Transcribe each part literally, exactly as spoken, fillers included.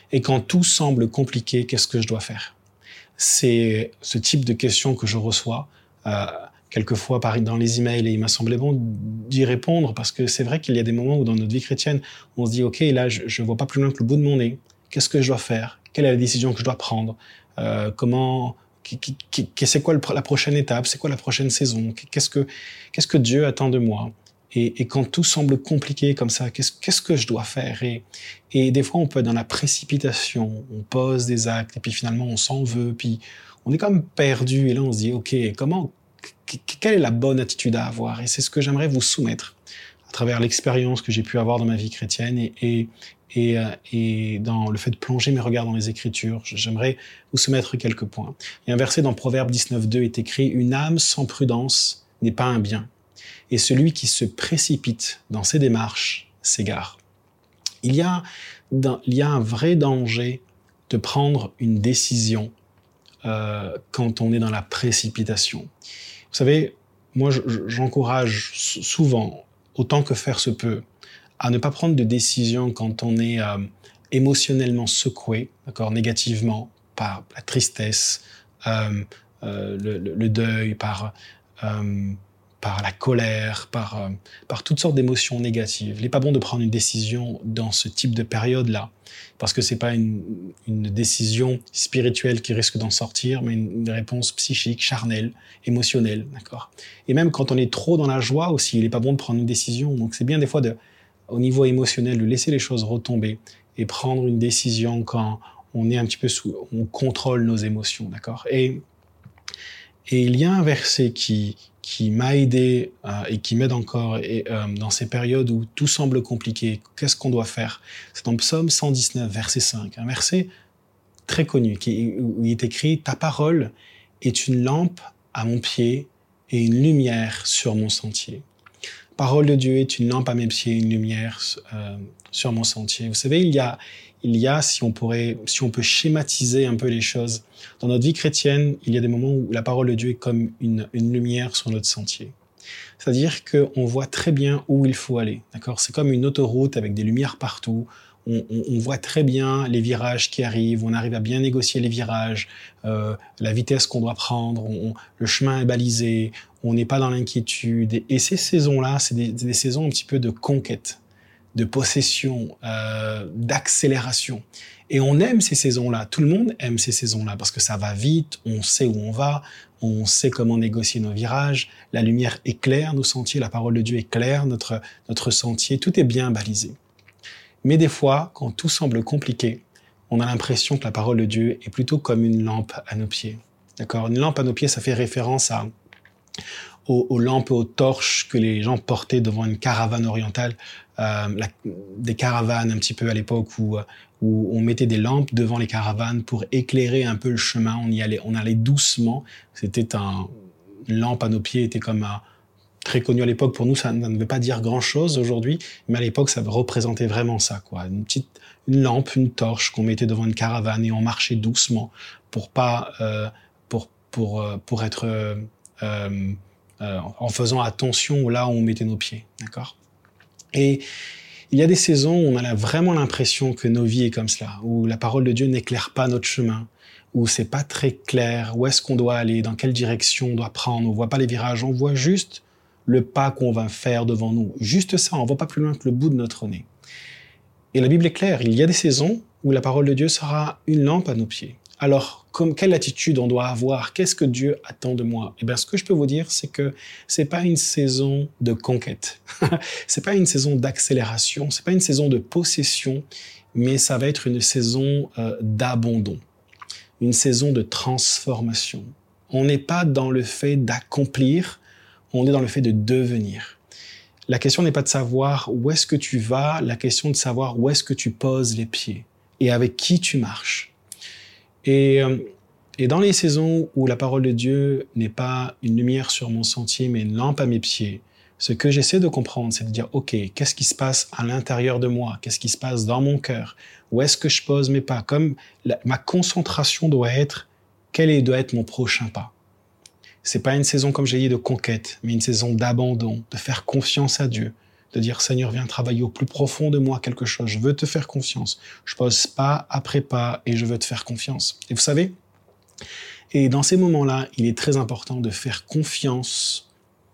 Et quand tout semble compliqué, qu'est-ce que je dois faire? C'est ce type de questions que je reçois euh, quelquefois par, dans les emails, et il m'a semblé bon d'y répondre, parce que c'est vrai qu'il y a des moments où dans notre vie chrétienne, on se dit « Ok, là, je ne vois pas plus loin que le bout de mon nez. Qu'est-ce que je dois faire? Quelle est la décision que je dois prendre? euh, Comment... » C'est quoi la prochaine étape? C'est quoi la prochaine saison? Qu'est-ce que, qu'est-ce que Dieu attend de moi? Et, et quand tout semble compliqué comme ça, qu'est-ce, qu'est-ce que je dois faire? et, et des fois, on peut être dans la précipitation, on pose des actes, et puis finalement, on s'en veut, puis on est comme perdu, et là, on se dit, OK, comment, quelle est la bonne attitude à avoir? Et c'est ce que j'aimerais vous soumettre à travers l'expérience que j'ai pu avoir dans ma vie chrétienne, et, et Et, euh, et dans le fait de plonger mes regards dans les Écritures, j'aimerais vous soumettre quelques points. Il y a un verset dans Proverbe dix-neuf deux est écrit « Une âme sans prudence n'est pas un bien, et celui qui se précipite dans ses démarches s'égare. » Il y a, dans, il y a un vrai danger de prendre une décision euh, quand on est dans la précipitation. Vous savez, moi, je, j'encourage souvent, autant que faire se peut, à ne pas prendre de décision quand on est euh, émotionnellement secoué, d'accord, négativement, par la tristesse, euh, euh, le, le, le deuil, par, euh, par la colère, par, euh, par toutes sortes d'émotions négatives. Il n'est pas bon de prendre une décision dans ce type de période-là, parce que ce n'est pas une, une décision spirituelle qui risque d'en sortir, mais une, une réponse psychique, charnelle, émotionnelle, d'accord. Et même quand on est trop dans la joie aussi, il n'est pas bon de prendre une décision. Donc c'est bien des fois de au niveau émotionnel, de laisser les choses retomber et prendre une décision quand on est un petit peu sous, on contrôle nos émotions, d'accord? Et, et il y a un verset qui, qui m'a aidé euh, et qui m'aide encore et, euh, dans ces périodes où tout semble compliqué. Qu'est-ce qu'on doit faire? C'est dans Psaume cent dix-neuf, verset cinq, un verset très connu qui, où il est écrit « Ta parole est une lampe à mon pied et une lumière sur mon sentier. » Parole de Dieu est une lampe à mes pieds, une lumière euh, sur mon sentier. Vous savez, il y a, il y a, si on pourrait, si on peut schématiser un peu les choses, dans notre vie chrétienne, il y a des moments où la parole de Dieu est comme une, une lumière sur notre sentier. C'est-à-dire qu'on voit très bien où il faut aller, d'accord? C'est comme une autoroute avec des lumières partout. On, on, on voit très bien les virages qui arrivent, on arrive à bien négocier les virages, euh, la vitesse qu'on doit prendre, on, on, le chemin est balisé, on n'est pas dans l'inquiétude. Et, et ces saisons-là, c'est des, des saisons un petit peu de conquête, de possession, euh, d'accélération. Et on aime ces saisons-là, tout le monde aime ces saisons-là, parce que ça va vite, on sait où on va, on sait comment négocier nos virages, la lumière éclaire nos sentiers, la parole de Dieu éclaire notre, notre sentier, tout est bien balisé. Mais des fois, quand tout semble compliqué, on a l'impression que la parole de Dieu est plutôt comme une lampe à nos pieds. D'accord? Une lampe à nos pieds, ça fait référence à, aux, aux lampes, aux torches que les gens portaient devant une caravane orientale, euh, la, des caravanes un petit peu à l'époque où, où on mettait des lampes devant les caravanes pour éclairer un peu le chemin. On y allait, on allait doucement. C'était un, une lampe à nos pieds était comme un très connu à l'époque. Pour nous, ça ne veut pas dire grand-chose aujourd'hui, mais à l'époque, ça représentait vraiment ça, quoi. Une petite, une lampe, une torche qu'on mettait devant une caravane et on marchait doucement pour pas, euh, pour pour pour être euh, euh, en faisant attention là où on mettait nos pieds, d'accord. Et il y a des saisons où on a vraiment l'impression que nos vies est comme cela, où la parole de Dieu n'éclaire pas notre chemin, où c'est pas très clair, où est-ce qu'on doit aller, dans quelle direction on doit prendre, on voit pas les virages, on voit juste le pas qu'on va faire devant nous. Juste ça, on ne va pas plus loin que le bout de notre nez. Et la Bible est claire, il y a des saisons où la parole de Dieu sera une lampe à nos pieds. Alors, comme, quelle attitude on doit avoir? Qu'est-ce que Dieu attend de moi? Eh bien, ce que je peux vous dire, c'est que c'est pas une saison de conquête. C'est pas une saison d'accélération, c'est pas une saison de possession, mais ça va être une saison euh, d'abandon, une saison de transformation. On n'est pas dans le fait d'accomplir, on est dans le fait de devenir. La question n'est pas de savoir où est-ce que tu vas, la question est de savoir où est-ce que tu poses les pieds et avec qui tu marches. Et, et dans les saisons où la parole de Dieu n'est pas une lumière sur mon sentier, mais une lampe à mes pieds, ce que j'essaie de comprendre, c'est de dire, OK, qu'est-ce qui se passe à l'intérieur de moi? Qu'est-ce qui se passe dans mon cœur? Où est-ce que je pose mes pas? Comme la, ma concentration doit être, quel est, doit être mon prochain pas? C'est pas une saison, comme j'ai dit, de conquête, mais une saison d'abandon, de faire confiance à Dieu, de dire « Seigneur, viens travailler au plus profond de moi quelque chose, je veux te faire confiance, je pose pas après pas et je veux te faire confiance. » Et vous savez, et dans ces moments-là, il est très important de faire confiance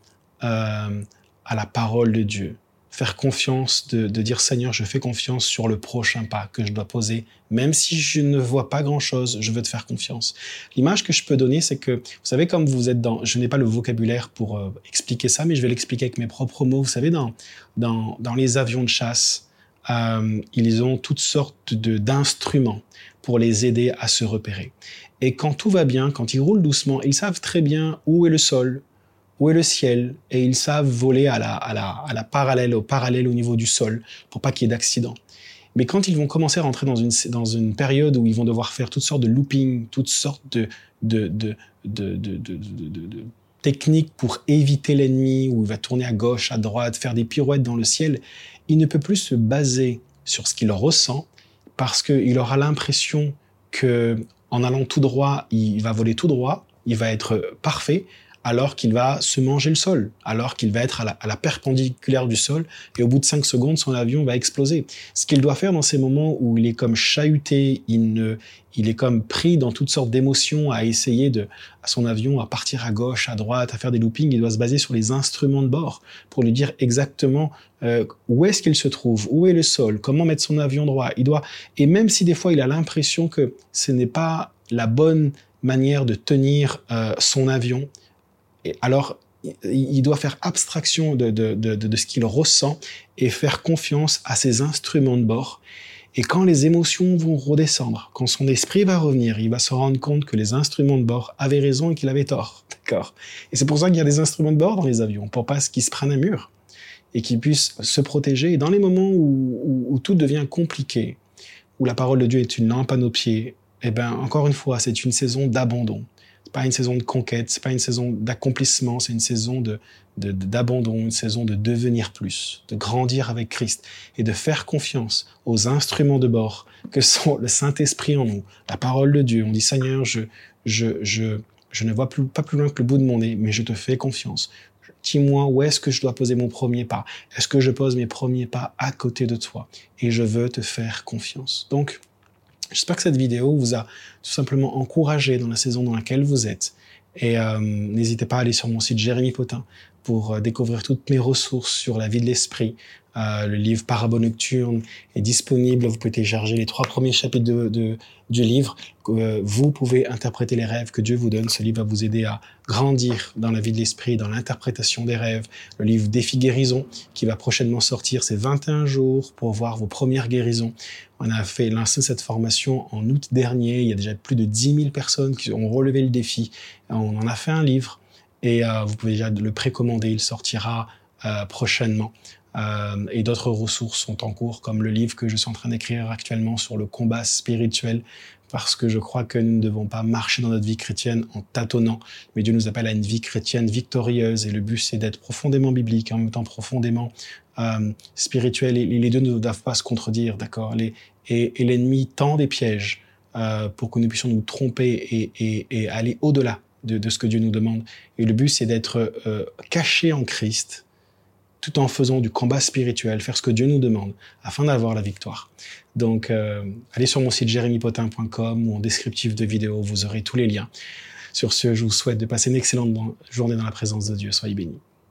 euh, à la parole de Dieu. Faire confiance, de, de dire « Seigneur, je fais confiance sur le prochain pas que je dois poser. Même si je ne vois pas grand-chose, je veux te faire confiance. » L'image que je peux donner, c'est que, vous savez, comme vous êtes dans... Je n'ai pas le vocabulaire pour euh, expliquer ça, mais je vais l'expliquer avec mes propres mots. Vous savez, dans, dans, dans les avions de chasse, euh, ils ont toutes sortes de, d'instruments pour les aider à se repérer. Et quand tout va bien, quand ils roulent doucement, ils savent très bien où est le sol, où est le ciel, et ils savent voler à la, à la, à la parallèle, au parallèle au niveau du sol, pour pas qu'il y ait d'accident. Mais quand ils vont commencer à rentrer dans une, dans une période où ils vont devoir faire toutes sortes de looping, toutes sortes de, de, de, de, de, de, de, de, de techniques pour éviter l'ennemi, où il va tourner à gauche, à droite, faire des pirouettes dans le ciel, il ne peut plus se baser sur ce qu'il ressent, parce qu'il aura l'impression que en allant tout droit, il va voler tout droit, il va être parfait, alors qu'il va se manger le sol, alors qu'il va être à la, à la perpendiculaire du sol, et au bout de cinq secondes, son avion va exploser. Ce qu'il doit faire dans ces moments où il est comme chahuté, il, ne, il est comme pris dans toutes sortes d'émotions à essayer de, à son avion, à partir à gauche, à droite, à faire des loopings, il doit se baser sur les instruments de bord pour lui dire exactement euh, où est-ce qu'il se trouve, où est le sol, comment mettre son avion droit. Il doit, et même si des fois il a l'impression que ce n'est pas la bonne manière de tenir euh, son avion, et alors, il doit faire abstraction de, de, de, de ce qu'il ressent et faire confiance à ses instruments de bord. Et quand les émotions vont redescendre, quand son esprit va revenir, il va se rendre compte que les instruments de bord avaient raison et qu'il avait tort. D'accord ? Et c'est pour ça qu'il y a des instruments de bord dans les avions, pour pas qu'ils se prennent un mur et qu'ils puissent se protéger. Et dans les moments où, où, où tout devient compliqué, où la parole de Dieu est une lampe à nos pieds, eh ben, encore une fois, c'est une saison d'abandon. C'est pas une saison de conquête, c'est pas une saison d'accomplissement, c'est une saison de, de, de, d'abandon, une saison de devenir plus, de grandir avec Christ et de faire confiance aux instruments de bord que sont le Saint-Esprit en nous, la parole de Dieu. On dit, Seigneur, je, je, je, je ne vois plus, pas plus loin que le bout de mon nez, mais je te fais confiance. Dis-moi où est-ce que je dois poser mon premier pas. Est-ce que je pose mes premiers pas à côté de toi? Et je veux te faire confiance. Donc, j'espère que cette vidéo vous a tout simplement encouragé dans la saison dans laquelle vous êtes. Et euh, n'hésitez pas à aller sur mon site Jérémy Potin pour euh, découvrir toutes mes ressources sur la vie de l'esprit. Euh, le livre Parabole nocturne est disponible. Vous pouvez télécharger les trois premiers chapitres de, de, du livre. Euh, vous pouvez interpréter les rêves que Dieu vous donne. Ce livre va vous aider à grandir dans la vie de l'esprit, dans l'interprétation des rêves. Le livre Défi guérison qui va prochainement sortir, c'est vingt et un jours pour voir vos premières guérisons. On a fait lancé cette formation en août dernier. Il y a déjà plus de dix mille personnes qui ont relevé le défi. On en a fait un livre et euh, vous pouvez déjà le précommander. Il sortira euh, prochainement. Euh, et d'autres ressources sont en cours, comme le livre que je suis en train d'écrire actuellement sur le combat spirituel, parce que je crois que nous ne devons pas marcher dans notre vie chrétienne en tâtonnant, mais Dieu nous appelle à une vie chrétienne victorieuse, et le but c'est d'être profondément biblique, en même temps profondément euh, spirituel, et les deux ne doivent pas se contredire, d'accord? Les, et, et l'ennemi tend des pièges euh, pour que nous puissions nous tromper et, et, et aller au-delà de, de ce que Dieu nous demande, et le but c'est d'être euh, caché en Christ, tout en faisant du combat spirituel, faire ce que Dieu nous demande, afin d'avoir la victoire. Donc, euh, allez sur mon site jérémy potin point com ou en descriptif de vidéo, vous aurez tous les liens. Sur ce, je vous souhaite de passer une excellente journée dans la présence de Dieu. Soyez bénis.